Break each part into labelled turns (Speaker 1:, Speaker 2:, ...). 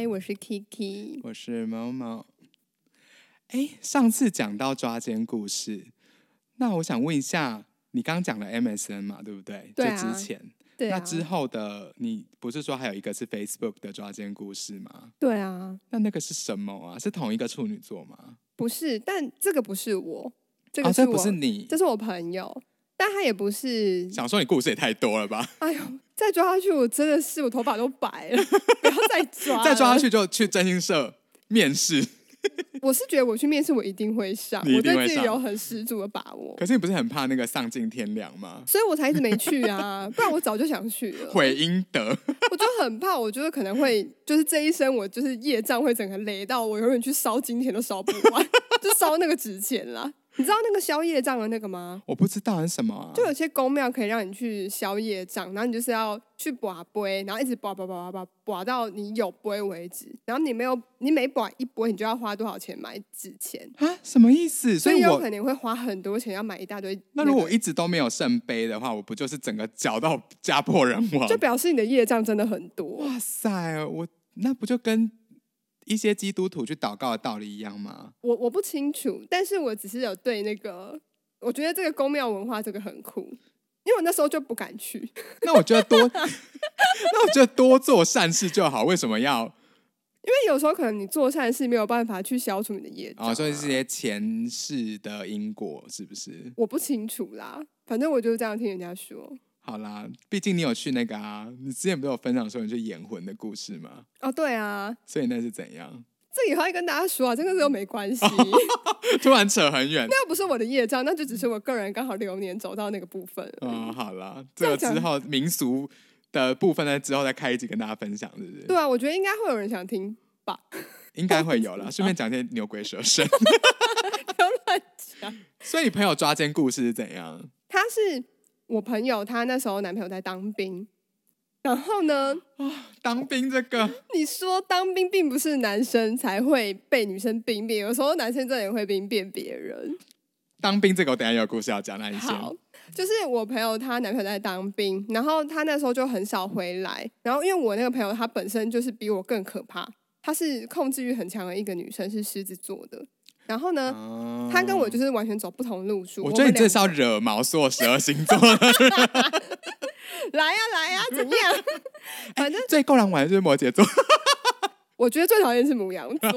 Speaker 1: 我是 Kiki，
Speaker 2: 我是猫猫。上次讲到抓奸故事，那我想问一下，你刚讲了 MSN 嘛，对不对？
Speaker 1: 对啊，
Speaker 2: 就之前，
Speaker 1: 对啊，
Speaker 2: 那之后的你不是说还有一个是 Facebook 的抓奸故事吗？
Speaker 1: 对啊，
Speaker 2: 那个是什么啊？是同一个处女座吗？
Speaker 1: 不是，但这个不是我，这
Speaker 2: 这不是你，
Speaker 1: 这是我朋友，但他也不是。
Speaker 2: 想说你故事也太多了吧？
Speaker 1: 哎呦，再抓下去，我真的是我头发都白了，不要再抓了，
Speaker 2: 再抓下去就去征信社面试。
Speaker 1: 我是觉得我去面试我一定会上，
Speaker 2: 你一定会上，
Speaker 1: 我对自己有很十足的把握。
Speaker 2: 可是你不是很怕那个丧尽天良吗？
Speaker 1: 所以我才一直没去啊，不然我早就想去了。
Speaker 2: 毁阴德，
Speaker 1: 我就很怕，我觉得可能会就是这一生我就是业障会整个累到我永远去烧金钱都烧不完，就烧那个纸钱啦。你知道那个消业障的那个吗？
Speaker 2: 我不知道是什么啊。
Speaker 1: 就有些宫庙可以让你去消业障，然后你就是要去拔杯，然后一直拔到你有杯为止，然后你每拔一杯，你就要花多少钱买纸钱
Speaker 2: 啊？什么意思？
Speaker 1: 所以有可能会花很多钱要买一大堆。
Speaker 2: 那如果我一直都没有圣杯的话，我不就是整个搅到家破人亡？
Speaker 1: 就表示你的业障真的很多。
Speaker 2: 哇塞，那不就跟一些基督徒去祷告的道理一样吗？
Speaker 1: 我不清楚，但是我只是有对那个，我觉得这个宫庙文化这个很酷，因为我那时候就不敢去。
Speaker 2: 那我觉得多做善事就好，为什么要？
Speaker 1: 因为有时候可能你做善事没有办法去消除你的业障
Speaker 2: 所以这些前世的因果是不是？
Speaker 1: 我不清楚啦，反正我就是这样听人家说。
Speaker 2: 好啦，毕竟你有去那个啊，你之前不是有分享说你去演魂的故事吗？
Speaker 1: 哦，对啊，
Speaker 2: 所以那是怎样？
Speaker 1: 这以后要跟大家说啊，这个又没关系。
Speaker 2: 突然扯很远，
Speaker 1: 那又不是我的业障，那就只是我个人刚好流年走到那个部分。
Speaker 2: 好啦，这个之后民俗的部分呢，之后再开一集跟大家分享，是不是？
Speaker 1: 对啊，我觉得应该会有人想听吧。
Speaker 2: 应该会有啦，顺便讲些牛鬼蛇神。
Speaker 1: 不要乱讲。
Speaker 2: 所以你朋友抓奸故事是怎样？
Speaker 1: 他是我朋友，他那时候男朋友在当兵，然后呢，
Speaker 2: 当兵这个，
Speaker 1: 你说当兵并不是男生才会被女生兵变，有时候男生真的也会兵变别人。
Speaker 2: 当兵这个我等一下有故事要讲，那你先。
Speaker 1: 好，就是我朋友她男朋友在当兵，然后他那时候就很少回来，然后因为我那个朋友她本身就是比我更可怕，她是控制欲很强的一个女生，是狮子座的。然后呢，她跟我就是完全走不同路数。
Speaker 2: 我觉得你这是要惹毛所有12星座的人。
Speaker 1: 来呀，怎样？反正
Speaker 2: 最够人玩的就是摩羯座。
Speaker 1: 我觉得最讨厌是牡羊座。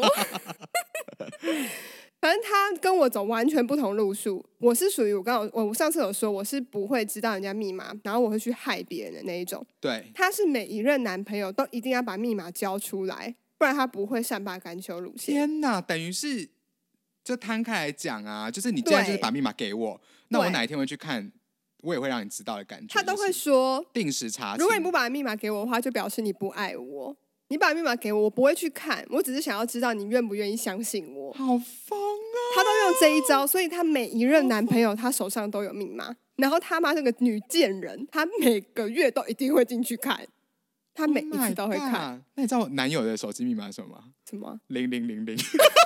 Speaker 1: 反正他跟我走完全不同路数，我是属于我上次有说我是不会知道人家密码，然后我会去害别人的那一种。
Speaker 2: 对，
Speaker 1: 他是每一任男朋友都一定要把密码交出来，不然他不会善罢甘休路线。
Speaker 2: 天哪，等于是就摊开来讲啊，就是你既然就是把密码给我，那我哪一天会去看，我也会让你知道的感觉。
Speaker 1: 他都会说
Speaker 2: 定时查清，
Speaker 1: 如果你不把密码给我的话，就表示你不爱我。你把密码给我，我不会去看，我只是想要知道你愿不愿意相信我。
Speaker 2: 好疯啊！
Speaker 1: 他都用这一招，所以他每一任男朋友他手上都有密码，然后他妈这个女贱人，他每个月都一定会进去看，他每一次都会看。
Speaker 2: 那你知道我男友的手机密码是什么吗？
Speaker 1: 什么
Speaker 2: ？0000。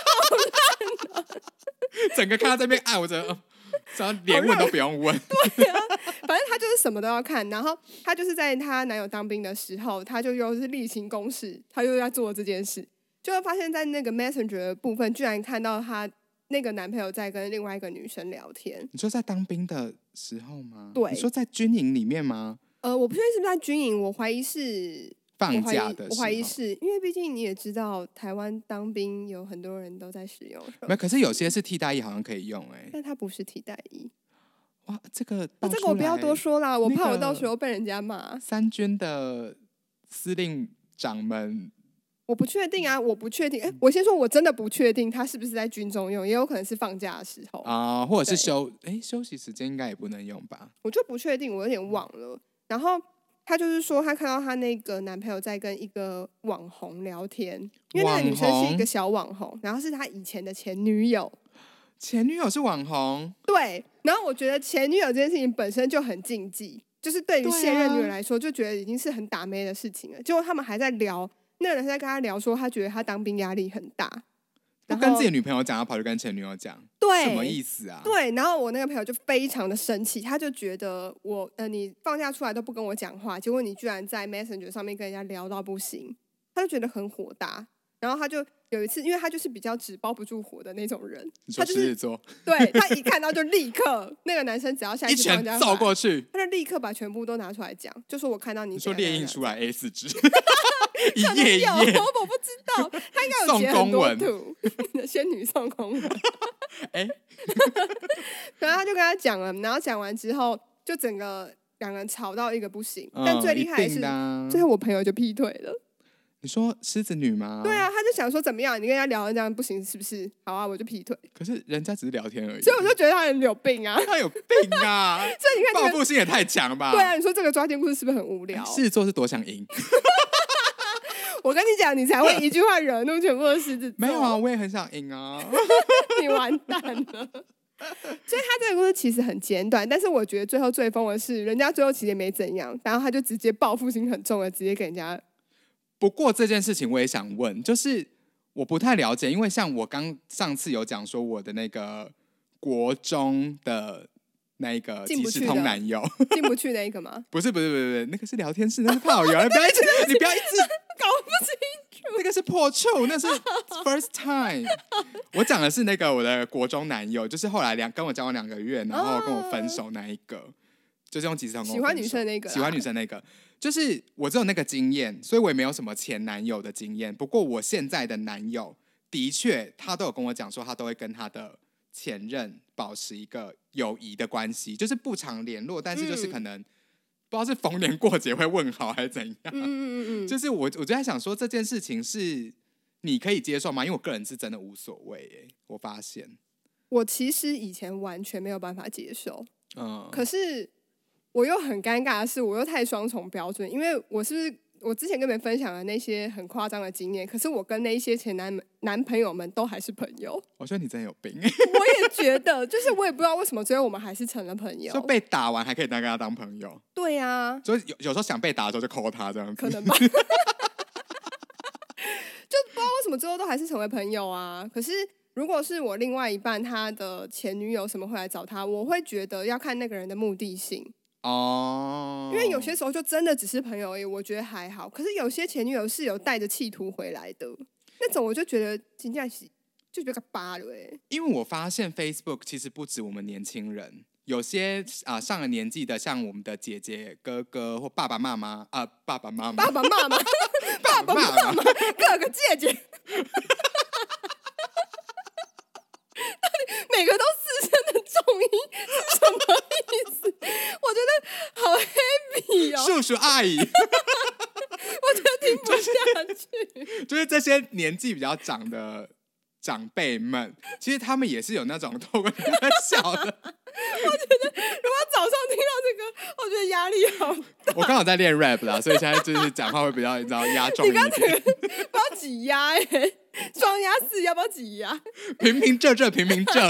Speaker 2: 整个看他这边按，我真的只要连问都不用问。
Speaker 1: 对啊，反正他就是什么都要看。然后他就是在他男友当兵的时候，他就又是例行公事，他又在做这件事，就会发现在那个 Messenger 的部分，居然看到他那个男朋友在跟另外一个女生聊天。
Speaker 2: 你说在当兵的时候吗？
Speaker 1: 对，
Speaker 2: 你说在军营里面吗？
Speaker 1: 我不确定是不是在军营，我怀疑是。
Speaker 2: 放假的时候，
Speaker 1: 我怀疑是因为毕竟你也知道，台湾当兵有很多人都在使用。
Speaker 2: 没有，可是有些是替代役，好像可以用
Speaker 1: 但它不是替代役。
Speaker 2: 哇，这个
Speaker 1: 我不要多说啦，我怕我到时候被人家骂。
Speaker 2: 三军的司令长们，
Speaker 1: 我不确定啊，我不确定。我先说，我真的不确定他是不是在军中用，也有可能是放假的时候
Speaker 2: 啊，或者是休息时间应该也不能用吧？
Speaker 1: 我就不确定，我有点忘了。然后。她就是说，她看到她那个男朋友在跟一个网红聊天，因为那个女生是一个小网红，然后是她以前的前女友。
Speaker 2: 前女友是网红？
Speaker 1: 对。然后我觉得前女友这件事情本身就很禁忌，就是对于现任女友来说，就觉得已经是很打妹的事情了。结果他们还在聊，那个人在跟他聊说，他觉得他当兵压力很大。
Speaker 2: 他跟自己的女朋友讲，他跑去跟前女友讲，
Speaker 1: 对，
Speaker 2: 什么意思啊？
Speaker 1: 对，然后我那个朋友就非常的生气，他就觉得你放假出来都不跟我讲话，结果你居然在 Messenger 上面跟人家聊到不行，他就觉得很火大。 然后他就有一次，因为他就是比较纸包不住火的那种人，
Speaker 2: 你说狮子座，
Speaker 1: 对，他一看到就立刻那个男生只要下
Speaker 2: 一拳揍过去，
Speaker 1: 他就立刻把全部都拿出来讲，就说我看到你
Speaker 2: 说列印出来 A4 纸一
Speaker 1: 可能
Speaker 2: 页一页，
Speaker 1: 我不知道，他应该有截很多图，仙女送公文。
Speaker 2: 哎，
Speaker 1: 然后他就跟他讲了，然后讲完之后，就整个两个人吵到一个不行。但最厉害的是，最后我朋友就劈腿了。
Speaker 2: 你说狮子女吗？
Speaker 1: 对啊，他就想说怎么样，你跟人家聊的这样不行是不是？好啊，我就劈腿。
Speaker 2: 可是人家只是聊天而已，
Speaker 1: 所以我就觉得他人有病啊，
Speaker 2: 他有病啊！
Speaker 1: 所以你看、
Speaker 2: 报复心也太强了吧？
Speaker 1: 对啊，你说这个抓奸故事是不是很无聊？
Speaker 2: 狮子座是多想赢。
Speaker 1: 我跟你讲，你才会一句话惹怒全部的狮子座。
Speaker 2: 没有啊，我也很想赢啊。
Speaker 1: 你完蛋了。所以他这个故事其实很简短，但是我觉得最后最疯的是，人家最后其实也没怎样，然后他就直接报复心很重的，直接给人家。
Speaker 2: 不过这件事情我也想问，就是我不太了解，因为像我上次有讲说我的那个国中的那个即时通男友
Speaker 1: 进不去那一个吗？
Speaker 2: 不是，那个是聊天室，那是炮友，你不要一直
Speaker 1: 搞不清楚，
Speaker 2: 那个是破处，那是 first time。我讲的是那个我的国中男友，就是后来跟我交往2个月，然后跟我分手那一个，就是用即时通跟我分手
Speaker 1: 喜欢女生那个，
Speaker 2: 喜欢女生那个。就是我只有那个经验，所以我也没有什么前男友的经验。不过我现在的男友的确，他都有跟我讲说，他都会跟他的前任保持一个友谊的关系，就是不常联络，但是就是可能、不知道是逢年过节会问好还是怎样。就是我就在想说，这件事情是你可以接受吗？因为我个人是真的无所谓我发现
Speaker 1: 我其实以前完全没有办法接受，可是。我又很尴尬的是，我又太双重标准，因为我之前跟你们分享的那些很夸张的经验，可是我跟那一些前男朋友们都还是朋友。
Speaker 2: 我觉得你真有病。
Speaker 1: 我也觉得，就是我也不知道为什么，最后我们还是成了朋友。
Speaker 2: 就被打完还可以跟他当朋友。
Speaker 1: 对啊，
Speaker 2: 所以有时候想被打的时候就 call 他这样子，
Speaker 1: 可能吧。就不知道为什么最后都还是成为朋友啊。可是如果是我另外一半，他的前女友什么会来找他，我会觉得要看那个人的目的性。因为有些时候就真的只是朋友而已，我觉得还好。可是有些前女友是有带着企图回来的，那种我就觉得真的是就觉得扒了
Speaker 2: 因为我发现 Facebook 其实不止我们年轻人，有些上了年纪的，像我们的姐姐、哥哥或爸爸妈妈爸爸妈妈，各
Speaker 1: 个姐姐。每个都四声的重音是什么意思？我觉得好 heavy 哦，
Speaker 2: 叔叔阿姨，
Speaker 1: 我觉得听不下去。
Speaker 2: 就是这些年纪比较长的长辈们，其实他们也是有那种透过你们笑的。
Speaker 1: 我觉得如果早上听到这个，我觉得压力好大。
Speaker 2: 我刚好在练 rap 啦，所以现在就是讲话会比较你知道压重一点。
Speaker 1: 你刚才不要挤压双压4要不要挤压？
Speaker 2: 平平正正，平平正。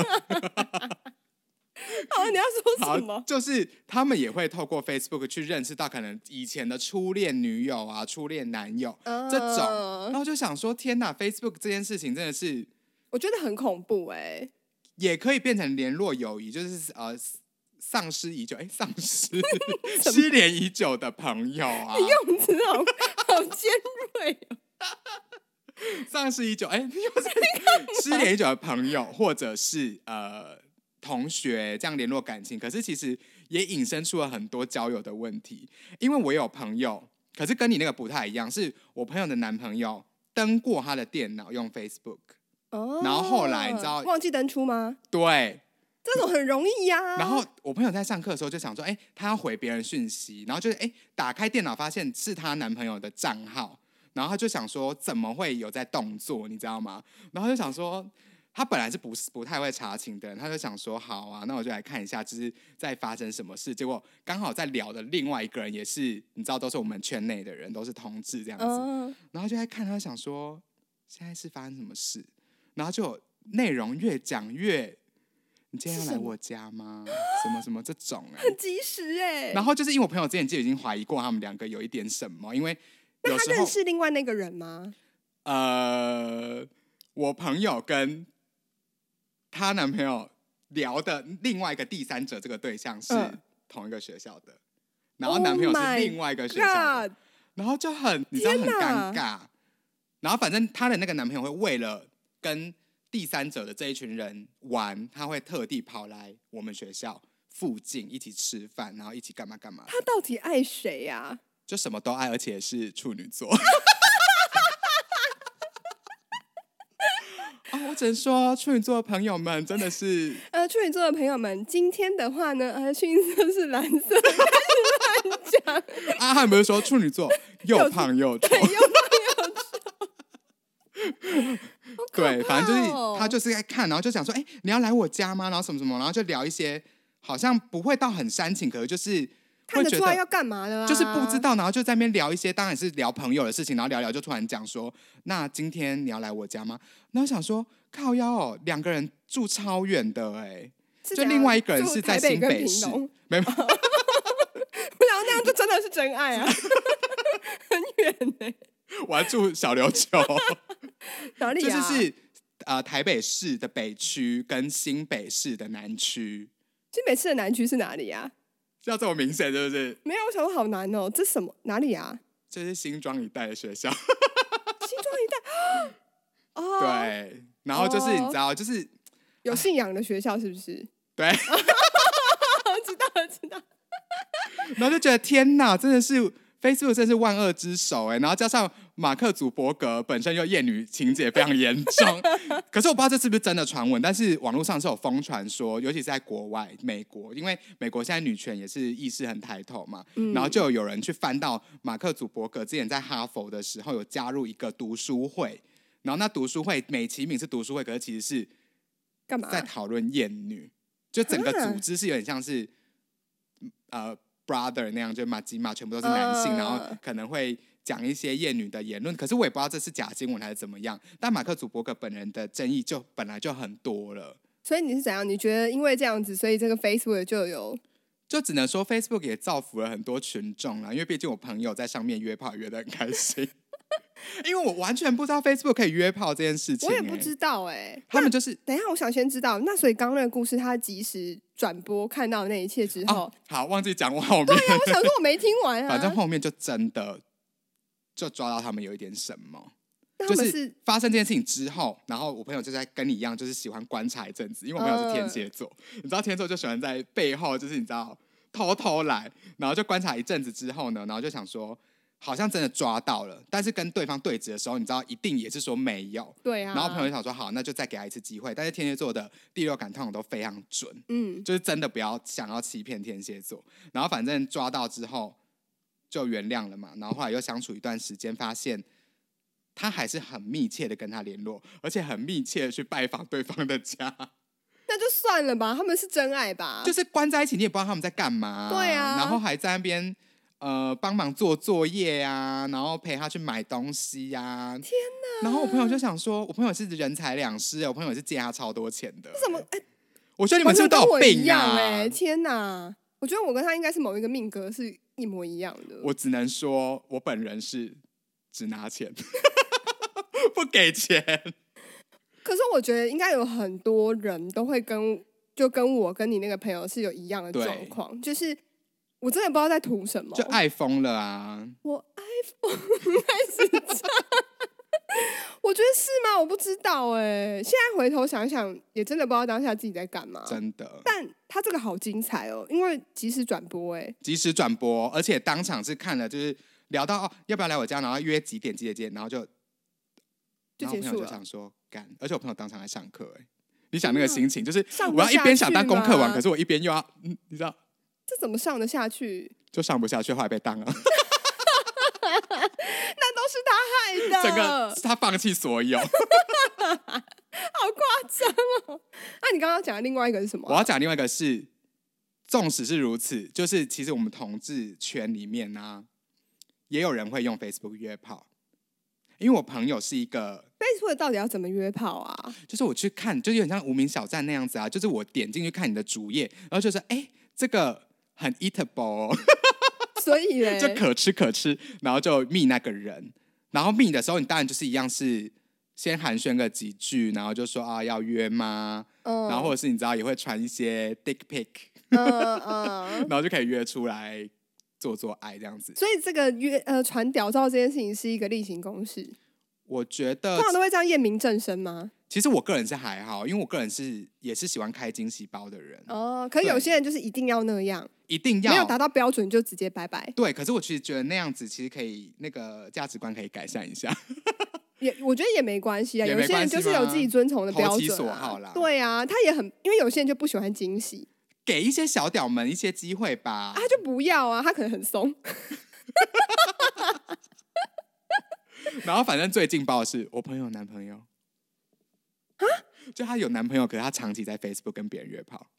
Speaker 1: 好，你要说什么？
Speaker 2: 就是他们也会透过 Facebook 去认识到可能以前的初恋女友啊、初恋男友这种，然后就想说，天哪 ，Facebook 这件事情真的是，
Speaker 1: 我觉得很恐怖
Speaker 2: 也可以变成联络友谊，就是丧失已久，失联已久的朋友啊，
Speaker 1: 你用词好尖锐哦。
Speaker 2: 丧失已久，失联已久的朋友，或者是同学这样联络感情，可是其实也引申出了很多交友的问题。因为我有朋友，可是跟你那个不太一样，是我朋友的男朋友登过他的电脑用 Facebook，然后后来你知道
Speaker 1: 忘记登出吗？
Speaker 2: 对，
Speaker 1: 这种很容易呀。
Speaker 2: 然后我朋友在上课的时候就想说，他要回别人讯息，然后就打开电脑发现是她男朋友的账号。然后他就想说，怎么会有在动作，你知道吗？然后就想说，他本来是不太会查情的人，他就想说，好啊，那我就来看一下，就是在发生什么事。结果刚好在聊的另外一个人也是，你知道，都是我们圈内的人，都是同志这样子。然后就在看，他想说，现在是发生什么事？然后就内容越讲越，你今天要来我家吗？什么什么这种
Speaker 1: 很及时
Speaker 2: 然后就是因为我朋友之前就已经怀疑过他们2个有一点什么，因为。
Speaker 1: 那他认识另外那个人吗？
Speaker 2: 我朋友跟她男朋友聊的另外一个第三者这个对象是同一个学校的，然后男朋友是另外一个学校的，然后就你知道很尴尬。 然后反正她的那个男朋友会为了跟第三者的这一群人玩，他会特地跑来我们学校附近一起吃饭，然后一起干嘛干嘛。
Speaker 1: 他到底爱谁呀？
Speaker 2: 就什么都爱，而且是处女座。我只能说处女座的朋友们真的是
Speaker 1: 处女座的朋友们，今天的话呢，逊色是蓝色，开始乱讲。
Speaker 2: 他们不是说处女座又胖又丑，
Speaker 1: 对，又胖又丑。
Speaker 2: 对，反正就是他就是在看，然后就想说，你要来我家吗？然后什么什么，然后就聊一些好像不会到很煽情，可是就是
Speaker 1: 看得出来要干嘛的啊，
Speaker 2: 就是不知道，然后就在那边聊一些，当然是聊朋友的事情，然后聊聊就突然讲说，那今天你要来我家吗？然后想说靠腰哦，2个人住超远的就另外一个人是在新北市，没有。
Speaker 1: 我想那样就真的是真爱啊，很远
Speaker 2: 我还住小琉球，
Speaker 1: 哪里啊？
Speaker 2: 就是台北市的北区跟新北市的南区。
Speaker 1: 新北市的南区是哪里啊？
Speaker 2: 要这么明显是不是？
Speaker 1: 没有，我想说好难哦，这什么哪里啊？
Speaker 2: 这是新庄一带的学校。
Speaker 1: 新庄一带哦，
Speaker 2: 对，然后就是你知道，就是
Speaker 1: 有信仰的学校是不是？
Speaker 2: 对，
Speaker 1: 知道。
Speaker 2: 然后就觉得天哪，真的是 Facebook 真的是万恶之首然后加上马克·祖伯格本身又厌女情节非常严重，可是我不知道这是不是真的传闻，但是网络上是有疯传说，尤其是在国外美国，因为美国现在女权也是意识很抬头嘛，然后就有人去翻到马克·祖伯格之前在哈佛的时候有加入一个读书会，然后那读书会美其名是读书会，可是其实是
Speaker 1: 干嘛
Speaker 2: 在讨论厌女，就整个组织是有点像是brother 那样，就马吉马全部都是男性，然后可能会讲一些厌女的言论，可是我也不知道这是假新闻还是怎么样。但马克·祖伯格本人的争议就本来就很多了，
Speaker 1: 所以你是怎样？你觉得因为这样子，所以这个 Facebook
Speaker 2: 就只能说 Facebook 也造福了很多群众啦，因为毕竟我朋友在上面约炮约得很开心。因为我完全不知道 Facebook 可以约炮这件事情，
Speaker 1: 我也不知道
Speaker 2: 他们就是
Speaker 1: 等一下，我想先知道，那所以刚刚那个故事，他及时转播看到那一切之后，
Speaker 2: 好，忘记讲我后面。
Speaker 1: 对呀，我想说我没听完啊。
Speaker 2: 反正后面就真的就抓到他们有一点什么，
Speaker 1: 那他们
Speaker 2: 就是发生这件事情之后，然后我朋友就在跟你一样，就是喜欢观察一阵子，因为我朋友是天蝎座，你知道天蝎座就喜欢在背后，就是你知道偷偷来，然后就观察一阵子之后呢，然后就想说。好像真的抓到了，但是跟对方对峙的时候，你知道一定也是说没有，
Speaker 1: 对啊。
Speaker 2: 然后朋友就想说好，那就再给他一次机会。但是天蝎座的第六感通常都非常准，就是真的不要想要欺骗天蝎座。然后反正抓到之后就原谅了嘛，然后后来又相处一段时间，发现他还是很密切的跟他联络，而且很密切的去拜访对方的家。
Speaker 1: 那就算了吧，他们是真爱吧？
Speaker 2: 就是关在一起，你也不知道他们在干嘛，
Speaker 1: 对啊，
Speaker 2: 然后还在那边。帮忙做作业啊，然后陪他去买东西啊。
Speaker 1: 天哪！
Speaker 2: 然后我朋友就想说，我朋友是人财两失，我朋友是借他超多钱的。
Speaker 1: 怎么？
Speaker 2: 我觉得你们是不是都有病
Speaker 1: 啊？天哪！我觉得我跟他应该是某一个命格是一模一样的。
Speaker 2: 我只能说，我本人是只拿钱，不给钱。
Speaker 1: 可是我觉得应该有很多人都会跟我跟你那个朋友是有一样的状况，就是。我真的不知道在图什么，
Speaker 2: 就爱疯了啊！
Speaker 1: 我爱疯开始唱，我觉得是吗？我不知道现在回头想想，也真的不知道当下自己在干嘛。
Speaker 2: 真的，
Speaker 1: 但他这个好精彩哦，因为即时转播
Speaker 2: 即时转播，而且当场是看了，就是聊到要不要来我家，然后约几点，然后就
Speaker 1: 结束了。
Speaker 2: 我朋友就想说干，而且我朋友当场在上课你想那个心情，就是我要一边想当功课完，可是我一边又要你知道。
Speaker 1: 这怎么上得下去？
Speaker 2: 就上不下去，后来被当了。
Speaker 1: 那都是他害的，
Speaker 2: 整个是他放弃所有，好
Speaker 1: 夸张哦！那你刚刚讲的另外一个是什么？
Speaker 2: 我要讲另外一个是，纵使是如此，就是其实我们同志圈里面呢，也有人会用 Facebook 约炮，因为我朋友是一个
Speaker 1: Facebook 到底要怎么约炮啊？
Speaker 2: 就是我去看，就有点像无名小站那样子啊，就是我点进去看你的主页，然后就是这个。很 eatable，
Speaker 1: 所以呢，
Speaker 2: 就可吃，然后就密那个人，然后密的时候，你当然就是一样是先寒暄个几句，然后就说啊要约吗？然后或者是你知道也会传一些 dick pic， 然后就可以约出来做爱这样子。
Speaker 1: 所以这个传屌照这件事情是一个例行公事。
Speaker 2: 我觉得
Speaker 1: 通常都会这样验明正身吗？
Speaker 2: 其实我个人是还好，因为我个人也是喜欢开惊喜包的人。
Speaker 1: 可是有些人就是一定要那样，
Speaker 2: 一定要
Speaker 1: 没有达到标准就直接拜拜。
Speaker 2: 对，可是我其实觉得那样子其实可以那个价值观可以改善一下。
Speaker 1: 我觉得也没关系啊，
Speaker 2: 有
Speaker 1: 些人就是有自己遵从的标准、
Speaker 2: 投其所好啦。
Speaker 1: 对啊，他也很，因为有些人就不喜欢惊喜，
Speaker 2: 给一些小屌们一些机会吧。
Speaker 1: 他就不要啊，他可能很松。
Speaker 2: 然后反正最劲爆的是我朋友男朋友就他有男朋友，可是他长期在 Facebook 跟别人约炮。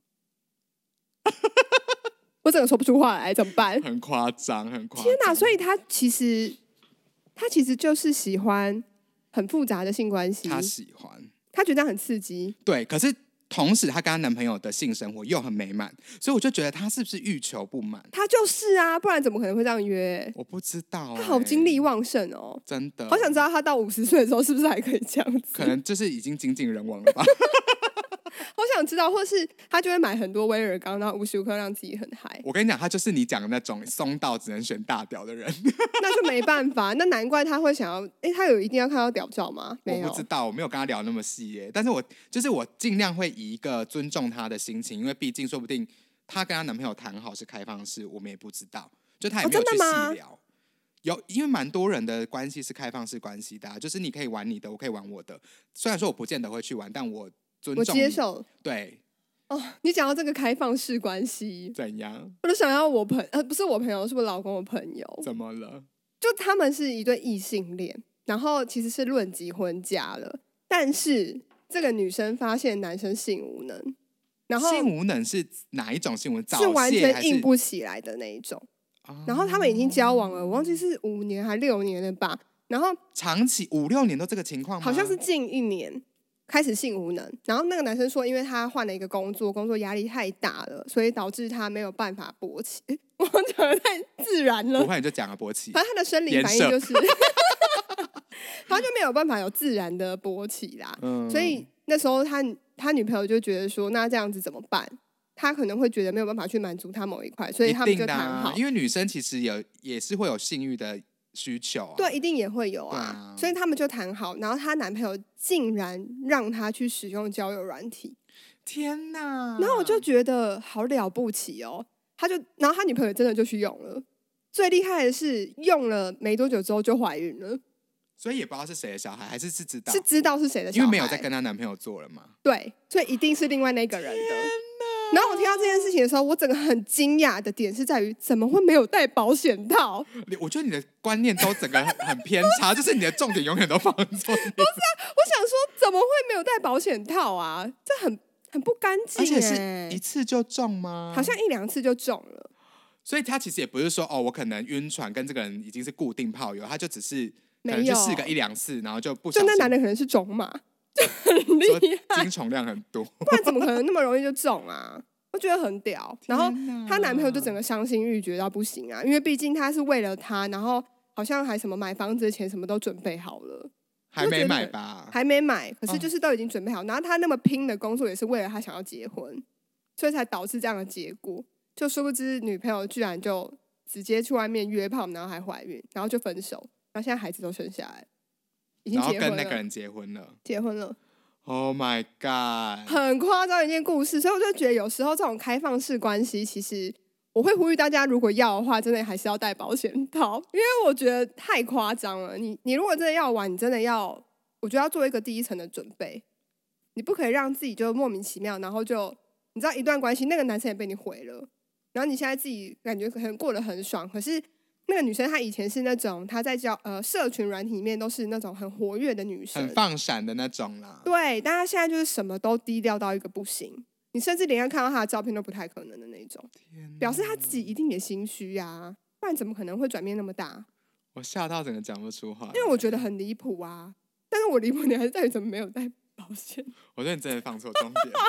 Speaker 1: 我整个说不出话来，怎么办？
Speaker 2: 很夸张，很夸张。
Speaker 1: 天哪！所以他其实就是喜欢很复杂的性关系。
Speaker 2: 他喜欢，
Speaker 1: 他觉得这样很刺激。
Speaker 2: 对，可是同时她跟她男朋友的性生活又很美满，所以我就觉得她是不是欲求不满？
Speaker 1: 他就是啊，不然怎么可能会这样约？
Speaker 2: 我不知道、
Speaker 1: 他好精力旺盛哦，
Speaker 2: 真的，
Speaker 1: 好想知道他到50岁的时候是不是还可以这样子？
Speaker 2: 可能就是已经精尽人亡了吧。
Speaker 1: 好想知道，或是他就会买很多威尔刚，然后无时无刻让自己很嗨。
Speaker 2: 我跟你讲，他就是你讲的那种松到只能选大屌的人。
Speaker 1: 那就没办法，那难怪他会想要。他有一定要看到屌照吗？没有，
Speaker 2: 我不知道，我没有跟他聊那么细耶。但是我尽量会以一个尊重他的心情，因为毕竟说不定她跟她男朋友谈好是开放式，我们也不知道，就他也没有去细聊。因为蛮多人的关系是开放式关系的、就是你可以玩你的，我可以玩我的。虽然说我不见得会去玩，但我尊重你，
Speaker 1: 我接受。
Speaker 2: 对。
Speaker 1: 你讲到这个开放式关系，
Speaker 2: 怎样？
Speaker 1: 我就想要不是我朋友，是我老公的朋友。
Speaker 2: 怎么了？
Speaker 1: 就他们是一对异性恋，然后其实是论及婚嫁了，但是这个女生发现男生性无能，然后
Speaker 2: 性无能是哪一种性无能？
Speaker 1: 是完全硬不起来的那一种。然后他们已经交往了，我忘记是5年还6年了吧。然后
Speaker 2: 长期5、6年都这个情况吗？
Speaker 1: 好像是近1年开始性无能。然后那个男生说，因为他换了一个工作压力太大了，所以导致他没有办法勃起。我讲的太自然了，
Speaker 2: 不会你就讲了勃起。
Speaker 1: 反正他的生理反应就是他就没有办法有自然的勃起啦。所以那时候他女朋友就觉得说，那这样子怎么办？他可能会觉得没有办法去满足他某一块，所以他们就谈好。
Speaker 2: 因为女生其实也是会有性欲的需求啊。
Speaker 1: 对，一定也会有啊。所以他们就谈好，然后她男朋友竟然让她去使用交友软体。
Speaker 2: 天哪！
Speaker 1: 然后我就觉得好了不起哦。然后他女朋友真的就去用了。最厉害的是用了没多久之后就怀孕了。
Speaker 2: 所以也不知道是谁的小孩，还是知道？
Speaker 1: 是知道是谁的小孩，
Speaker 2: 因为没有再跟她男朋友做了嘛。
Speaker 1: 对，所以一定是另外那个人的。然后我听到这件事情的时候，我整个很惊讶的点是在于，怎么会没有带保险套？
Speaker 2: 我觉得你的观念都整个很偏差，就是你的重点永远都放错。不是啊，
Speaker 1: 我想说怎么会没有带保险套啊？这很不干净，
Speaker 2: 而且是一次就中吗？
Speaker 1: 好像1、2次就中了。
Speaker 2: 所以他其实也不是说我可能晕船跟这个人已经是固定炮友，他就只是可能
Speaker 1: 没有
Speaker 2: 去试个1、2次，然后就不小心。
Speaker 1: 就那男的可能是种马，就很厉害，
Speaker 2: 精虫量很多，
Speaker 1: 不然怎么可能那么容易就中啊？我觉得很屌。然后她男朋友就整个伤心欲绝到不行啊，因为毕竟他是为了她，然后好像还什么买房子的钱什么都准备好了。
Speaker 2: 还没买吧？
Speaker 1: 还没买，可是就是都已经准备好。然后他那么拼的工作也是为了他想要结婚，所以才导致这样的结果。就殊不知女朋友居然就直接去外面约炮，然后还怀孕，然后就分手，然后现在孩子都生下来，已经结婚了，
Speaker 2: 然后跟那个人结婚了，
Speaker 1: 结婚了。
Speaker 2: Oh my god，
Speaker 1: 很夸张的一件故事。所以我就觉得有时候这种开放式关系，其实我会呼吁大家，如果要的话，真的还是要带保险套，因为我觉得太夸张了。你如果真的要玩，你真的要，我觉得要做一个第一层的准备。你不可以让自己就莫名其妙，然后就你知道一段关系，那个男生也被你毁了，然后你现在自己感觉可能过得很爽，可是那个女生她以前是那种她在社群软体里面都是那种很活跃的女生，
Speaker 2: 很放闪的那种啦。
Speaker 1: 对，但她现在就是什么都低调到一个不行，你甚至连要看到她的照片都不太可能的那种，表示她自己一定也心虚啊，不然怎么可能会转变那么大？
Speaker 2: 我吓到整个讲不出话，
Speaker 1: 因为我觉得很离谱啊。但是我离谱点还是在于怎么没有带保险。
Speaker 2: 我觉得你真的放错重点。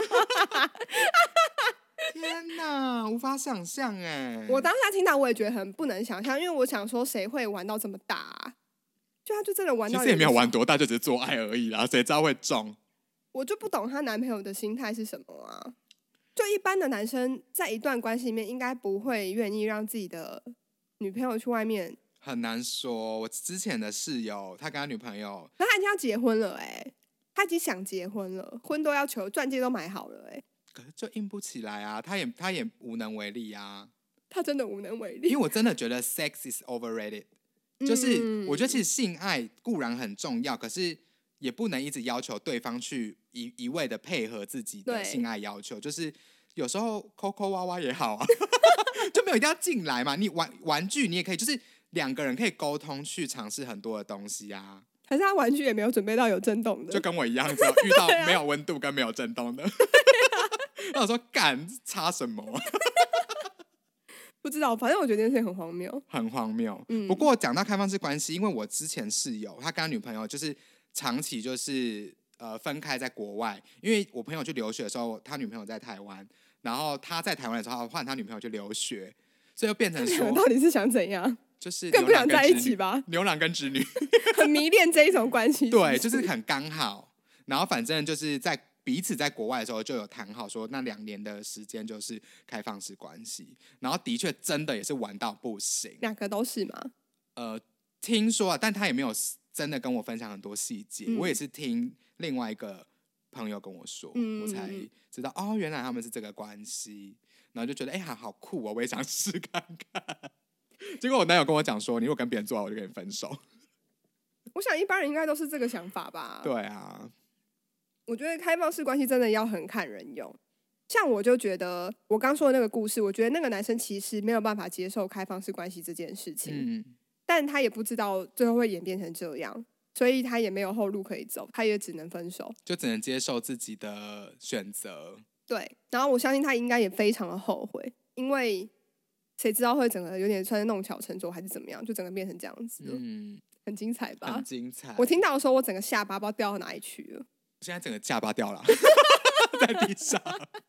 Speaker 2: 天哪，无法想象哎！
Speaker 1: 我当下听到我也觉得很不能想象，因为我想说谁会玩到这么大啊？就他就真的玩到，
Speaker 2: 其实也没有玩多大，就只是做爱而已啦，谁知道会中？
Speaker 1: 我就不懂她男朋友的心态是什么啊？就一般的男生在一段关系里面，应该不会愿意让自己的女朋友去外面
Speaker 2: 很难说。我之前的室友，他跟他女朋友，
Speaker 1: 那他已经要结婚了他已经想结婚了，婚都要求，钻戒都买好了
Speaker 2: 可是就硬不起来啊，他也无能为力啊。
Speaker 1: 他真的无能为力。
Speaker 2: 因为我真的觉得 sex is overrated，就是我觉得其实性爱固然很重要，可是也不能一直要求对方去一味的配合自己的性爱要求，就是有时候抠抠挖挖也好啊，就没有一定要进来嘛。你玩具你也可以，就是两个人可以沟通去尝试很多的东西啊。
Speaker 1: 可是他玩具也没有准备到有震动的，
Speaker 2: 就跟我一样，只有遇到没有温度跟没有震动的。那我说干差什么啊？
Speaker 1: 不知道，反正我觉得这件事情很荒谬，
Speaker 2: 很荒谬。不过讲到开放式关系，因为我之前室友他跟他女朋友就是长期就是分开在国外，因为我朋友去留学的时候，他女朋友在台湾，然后他在台湾的时候换他女朋友去留学，所以就变成说，
Speaker 1: 到底是想怎样？
Speaker 2: 就是
Speaker 1: 更不想在一起吧？
Speaker 2: 牛郎跟织女，
Speaker 1: 很迷恋这一种关系。
Speaker 2: 对，就是很刚好。然后反正就是在彼此在国外的时候就有谈好说，那2年的时间就是开放式关系。然后的确真的也是玩到不行，
Speaker 1: 两个都是吗？
Speaker 2: 听说啊，但他也没有真的跟我分享很多细节。我也是听另外一个朋友跟我说，我才知道哦，原来他们是这个关系。然后就觉得好酷哦，我也想试看看。结果我男友跟我讲说，你如果跟别人做爱，我就跟你分手。
Speaker 1: 我想一般人应该都是这个想法吧。
Speaker 2: 对啊，
Speaker 1: 我觉得开放式关系真的要很看人用。像我就觉得我刚说的那个故事，我觉得那个男生其实没有办法接受开放式关系这件事情，但他也不知道最后会演变成这样，所以他也没有后路可以走，他也只能分手，
Speaker 2: 就只能接受自己的选择。
Speaker 1: 对，然后我相信他应该也非常的后悔，因为谁知道会整个有点算是弄巧成拙还是怎么样，就整个变成这样子了。很精彩吧？
Speaker 2: 很精彩。
Speaker 1: 我听到的时候，我整个下巴不知道掉到哪里去了。
Speaker 2: 现在整个下巴掉了，在地上。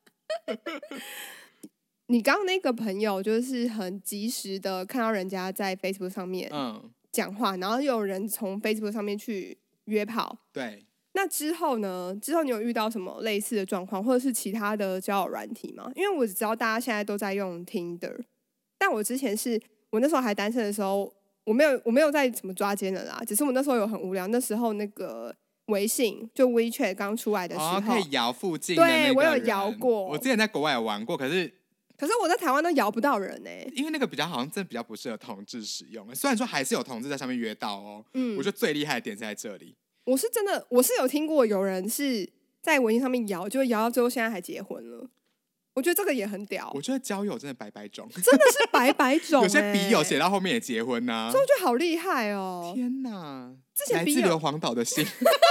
Speaker 1: 你刚刚那个朋友就是很及时的看到人家在 Facebook 上面讲话，然后又有人从 Facebook 上面去约炮。
Speaker 2: 对。
Speaker 1: 那之后呢？之后你有遇到什么类似的状况，或者是其他的交友软体吗？因为我只知道大家现在都在用 Tinder， 但我之前我那时候还单身的时候，我没有在怎么抓奸的啦，只是我那时候有很无聊，那时候那个微信就 WeChat 刚出来的时候，
Speaker 2: 可以摇附近的那个人。
Speaker 1: 对，我有摇过。
Speaker 2: 我之前在国外有玩过，可是
Speaker 1: 我在台湾都摇不到人
Speaker 2: 因为那个好像真的比较不适合同志使用。虽然说还是有同志在上面约到哦，我觉得最厉害的点是在这里。
Speaker 1: 我是有听过有人是在微信上面摇，就摇到最后现在还结婚了。我觉得这个也很屌。
Speaker 2: 我觉得交友真的百百种，
Speaker 1: 真的是百百种。
Speaker 2: 有些笔友写到后面也结婚啊，
Speaker 1: 所以我觉得好厉害哦！
Speaker 2: 天哪，
Speaker 1: 之前
Speaker 2: 来自硫磺岛的心。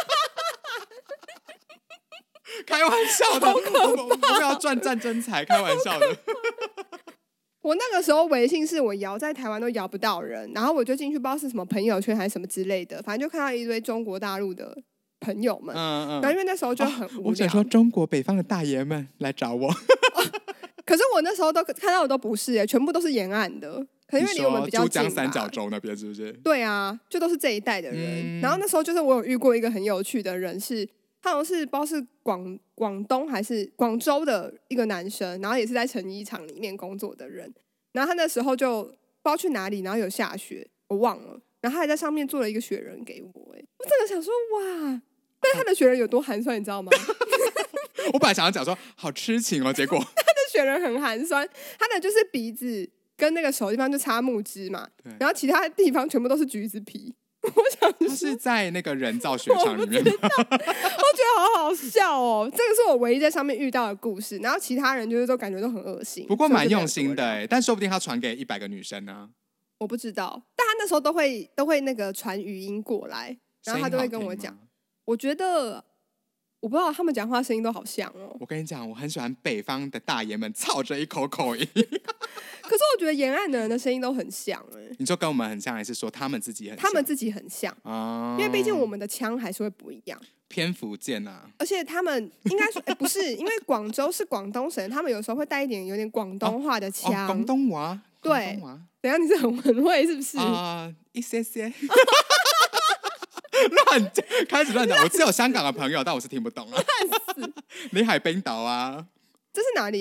Speaker 2: 开玩笑的，我不要赚战争财，开玩笑的。
Speaker 1: 我那个时候微信是我摇在台湾都摇不到人，然后我就进去不知道是什么朋友圈还是什么之类的，反正就看到一堆中国大陆的朋友们，然后因为那时候就很无聊，
Speaker 2: 我想说中国北方的大爷们来找我。
Speaker 1: 可是我那时候都看到的都不是全部都是沿岸的，可能因为离我们比较近吧。
Speaker 2: 珠江三角洲那边是不是？
Speaker 1: 对啊，就都是这一代的人。然后那时候就是我有遇过一个很有趣的人是。他好像是不知道是广东还是广州的一个男生，然后也是在成衣厂里面工作的人。然后他那时候就不知道去哪里，然后有下雪，我忘了。然后他还在上面做了一个雪人给我，我真的想说哇！但他的雪人有多寒酸，你知道吗？
Speaker 2: 我本来想要讲说好痴情哦，结果
Speaker 1: 他的雪人很寒酸，他的就是鼻子跟那个手地方就插木枝嘛，然后其他地方全部都是橘子皮。我想
Speaker 2: 他是在那个人造雪场里面吗？
Speaker 1: 我觉得好好笑哦，这个是我唯一在上面遇到的故事，然后其他人就是都感觉都很恶心。
Speaker 2: 不过蛮用心的但说不定他传给100个女生呢。
Speaker 1: 我不知道，但他那时候都会那个传语音过来，然后他都会跟我讲。我觉得我不知道他们讲话声音都好像哦。
Speaker 2: 我跟你讲，我很喜欢北方的大爷们操着一口口音。
Speaker 1: 可是我觉得沿岸的人的声音都很像
Speaker 2: 你说跟我们很像，还是说他们自己很像？
Speaker 1: 他们自己很像因为毕竟我们的腔还是会不一样，
Speaker 2: 偏福建啊。
Speaker 1: 而且他们应该说不是，因为广州是广东省，他们有时候会带一点有点广东话的腔。
Speaker 2: 广东话。
Speaker 1: 对，等一下你是很文慧是不是？
Speaker 2: 一些些。开始乱讲，我只有香港的朋友，但我是听不懂啊。你海冰岛啊？
Speaker 1: 这是哪里啊？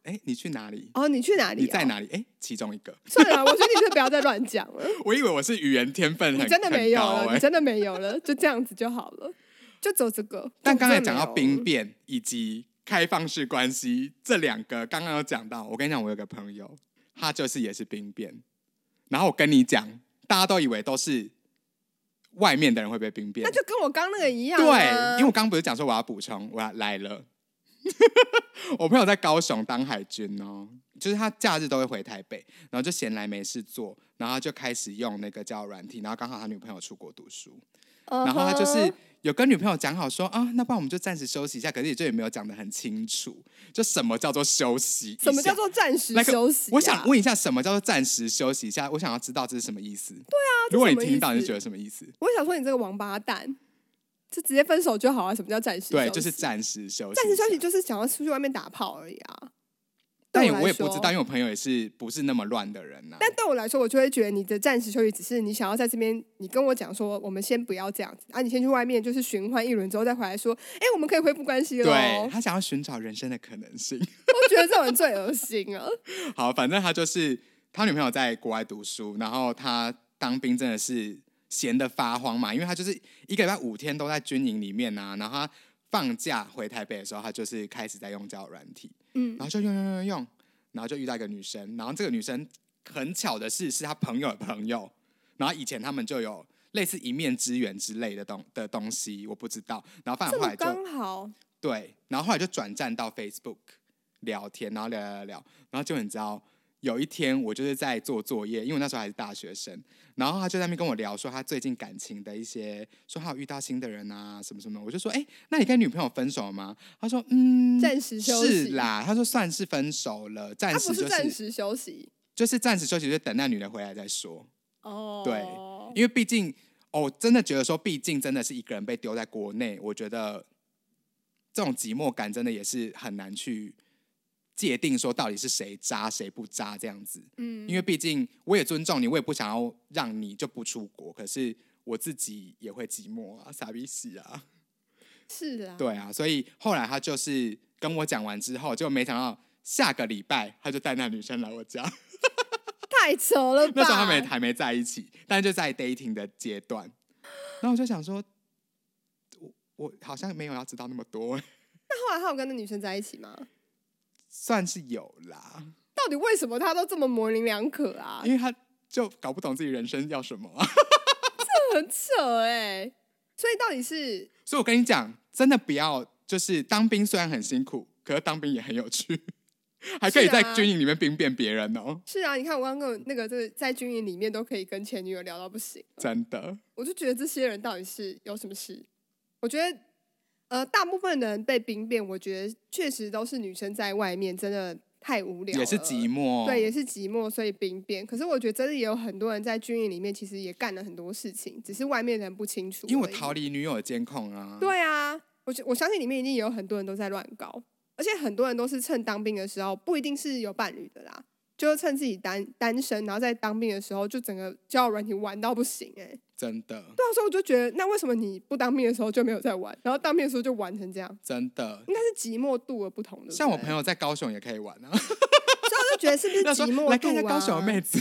Speaker 2: 你去哪里？
Speaker 1: 哦，你去哪里？
Speaker 2: 你在哪里？其中一个。
Speaker 1: 算了，我觉得你就不要再乱讲了。
Speaker 2: 我以为我是语言天分很
Speaker 1: 你真的没有了，
Speaker 2: 你
Speaker 1: 真的没有了，就这样子就好了，就走这个。
Speaker 2: 但刚才讲到兵变以及开放式关系这两个，刚刚有讲到。我跟你讲，我有个朋友，他就是也是兵变。然后我跟你讲，大家都以为都是外面的人会被兵变，
Speaker 1: 那就跟我刚那个一样、
Speaker 2: 对，因为我刚不是讲说我要补充，我要来了。我朋友在高雄当海军哦，就是他假日都会回台北，然后就闲来没事做，然后就开始用那个交友软体，然后刚好他女朋友出国读书，然后他就是有跟女朋友讲好说啊，那不然我们就暂时休息一下，可是也没有讲得很清楚，就什么叫做休息一下，
Speaker 1: 什么叫做暂时休息、
Speaker 2: 我想问一下，什么叫做暂时休息一下？我想要知道这是什么意思。对
Speaker 1: 啊，
Speaker 2: 如果你听到，你就觉得什么意思？
Speaker 1: 我想说你这个王八蛋，就直接分手就好啊！什么叫暂时休息？
Speaker 2: 对，就是暂时休息。
Speaker 1: 暂时休息就是想要出去外面打炮而已啊。
Speaker 2: 但我也不知道，因为我朋友也是不是那么乱的人啊。
Speaker 1: 但对我来说，我就会觉得你的暂时休息只是你想要在这边，你跟我讲说，我们先不要这样子啊，你先去外面就是循环一轮之后再回来说，我们可以恢复关系了。
Speaker 2: 对，他想要寻找人生的可能性。
Speaker 1: 我觉得这种人最恶心了。
Speaker 2: 好，反正他就是他女朋友在国外读书，然后他当兵真的是闲得发慌嘛，因为他就是一个礼拜5天都在军营里面啊，然后他放假回台北的时候，他就是开始在用交友软体，然后就用，然后就遇到一个女生，然后这个女生很巧的是他朋友的朋友，然后以前他们就有类似一面之缘之类的东西，我不知道，然后反正后来就
Speaker 1: 刚好
Speaker 2: 对，然后后来就转战到 Facebook 聊天，然后聊，然后就你知道。有一天我就是在做作业，因为我那时候还是大学生，然后他就在那边跟我聊说他最近感情的一些，说他有遇到新的人啊什么什么，我就说那你跟女朋友分手了吗？他说
Speaker 1: 暂时休息
Speaker 2: 是啦，他说算是分手了，暂时就是
Speaker 1: 暂时休息，
Speaker 2: 就是暂时休息，就等那女的回来再说。
Speaker 1: 哦，
Speaker 2: 对，因为毕竟真的觉得说，毕竟真的是一个人被丢在国内，我觉得这种寂寞感真的也是很难去界定说到底是谁渣谁不渣这样子，因为毕竟我也尊重你，我也不想要让你就不出国，可是我自己也会寂寞啊，傻逼死啊，
Speaker 1: 是啊，
Speaker 2: 对啊，所以后来他就是跟我讲完之后，就没想到下个礼拜他就带那女生来我家，
Speaker 1: 太扯了吧？
Speaker 2: 那时候他们还没在一起，但是就在 dating 的阶段，然后我就想说，我好像没有要知道那么多。
Speaker 1: 那后来他有跟那女生在一起吗？
Speaker 2: 算是有啦。
Speaker 1: 到底为什么他都这么模棱两可啊？
Speaker 2: 因为他就搞不懂自己人生要什么啊。
Speaker 1: 这很扯所以到底是……
Speaker 2: 所以我跟你讲，真的不要，就是当兵虽然很辛苦，可是当兵也很有趣，还可以在军营里面兵变别人哦。
Speaker 1: 是啊，你看我刚刚那个在军营里面都可以跟前女友聊到不行，
Speaker 2: 真的。
Speaker 1: 我就觉得这些人到底是有什么事？我觉得大部分的人被兵变，我觉得确实都是女生在外面真的太无聊了，
Speaker 2: 也是寂寞，
Speaker 1: 对，也是寂寞，所以兵变。可是我觉得真的也有很多人在军营里面，其实也干了很多事情，只是外面的人不清楚。
Speaker 2: 因为我逃离女友的监控啊。
Speaker 1: 对啊，我相信里面一定也有很多人都在乱搞，而且很多人都是趁当兵的时候，不一定是有伴侣的啦，就趁自己单身，然后在当兵的时候就整个交友软体玩到不行
Speaker 2: 真的。
Speaker 1: 对啊，所以我就觉得，那为什么你不当兵的时候就没有在玩，然后当兵的时候就玩成这样？
Speaker 2: 真的，
Speaker 1: 应该是寂寞度的不同的。
Speaker 2: 像我朋友在高雄也可以玩啊，所以
Speaker 1: 我就觉得是不是寂寞度啊？
Speaker 2: 来看一下高雄的妹子，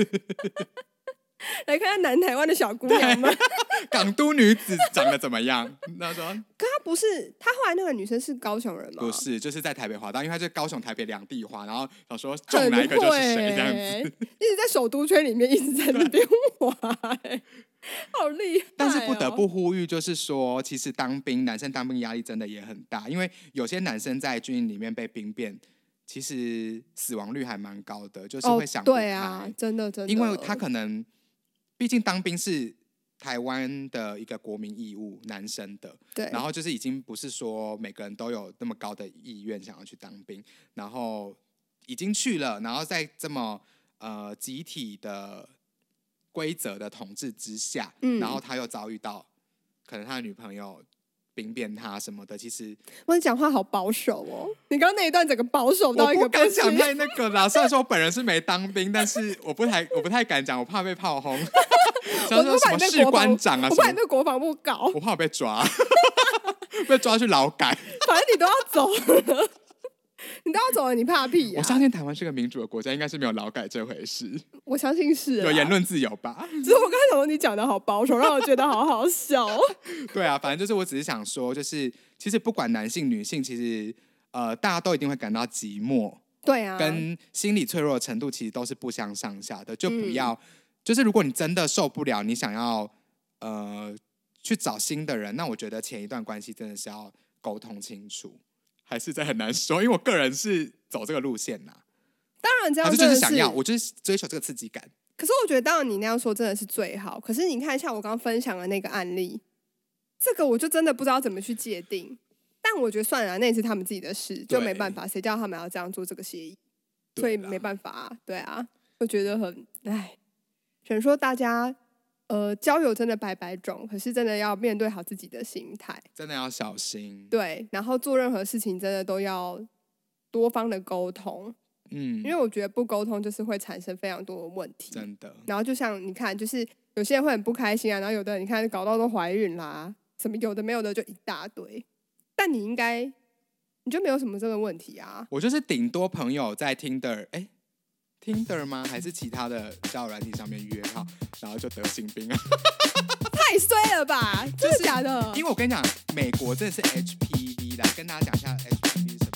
Speaker 1: 来看看南台湾的小姑娘们，
Speaker 2: 港都女子长得怎么样？那说，
Speaker 1: 可她不是，她后来那个女生是高雄人吗？
Speaker 2: 不是，就是在台北滑到，因为她就高雄、台北两地滑，然后想说中哪一个就是谁这样子，
Speaker 1: 一直在首都圈里面一直在那边滑，好厉害
Speaker 2: 但是不得不呼吁，就是说，其实当兵，男生当兵压力真的也很大，因为有些男生在军营里面被兵变，其实死亡率还蛮高的，就是会想不开。
Speaker 1: 对啊，真的，
Speaker 2: 因为他可能，毕竟当兵是台湾的一个国民义务，男生的，
Speaker 1: 对，
Speaker 2: 然后就是已经不是说每个人都有那么高的意愿想要去当兵，然后已经去了，然后在这么集体的规则的统治之下，然后他又遭遇到可能他的女朋友兵变他什么的，其实
Speaker 1: 我讲话好保守哦。你刚刚那一段整个保守到一个
Speaker 2: 我不敢讲太那个啦。虽然说我本人是没当兵，但是我不太敢讲，我怕被炮轰。像说什么士官长啊，
Speaker 1: 我怕你被国防部搞，
Speaker 2: 我怕我被抓，被抓去劳改。
Speaker 1: 反正你都要走了。 你都要走了，你怕屁
Speaker 2: 我相信台湾是个民主的国家，应该是没有劳改这回事。
Speaker 1: 我相信是
Speaker 2: 有言论自由吧？
Speaker 1: 只是我刚才想说你讲的好保守，让我觉得好好笑。
Speaker 2: 对啊，反正就是我只是想说，就是其实不管男性女性，其实大家都一定会感到寂寞。
Speaker 1: 对啊，
Speaker 2: 跟心理脆弱的程度其实都是不相上下的，就不要，就是如果你真的受不了，你想要去找新的人，那我觉得前一段关系真的是要沟通清楚，还是这很难说，因为我个人是走这个路线呐。
Speaker 1: 当然这样
Speaker 2: 就是想要，我就是追求这个刺激感。
Speaker 1: 可是我觉得，当然你那样说真的是最好。可是你看，像我刚刚分享的那个案例，这个我就真的不知道怎么去界定。但我觉得算了，那也是他们自己的事，就没办法，谁叫他们要这样做这个协议，所以没办法啊。对啊，我觉得很只能说大家交友真的百百种，可是真的要面对好自己的心态，
Speaker 2: 真的要小心。
Speaker 1: 对，然后做任何事情真的都要多方的沟通。因为我觉得不沟通就是会产生非常多的问题，
Speaker 2: 真的。
Speaker 1: 然后就像你看，就是有些人会很不开心啊，然后有的人你看搞到都怀孕啦，什么有的没有的就一大堆。但你就没有什么这个问题啊？
Speaker 2: 我就是顶多朋友在 Tinder 吗？还是其他的交友软体上面约炮，然后就得性病啊？
Speaker 1: 太衰了吧！真的假的？
Speaker 2: 因为我跟你讲，美国真的是 HPV， 来跟大家讲一下 HPV 是什么。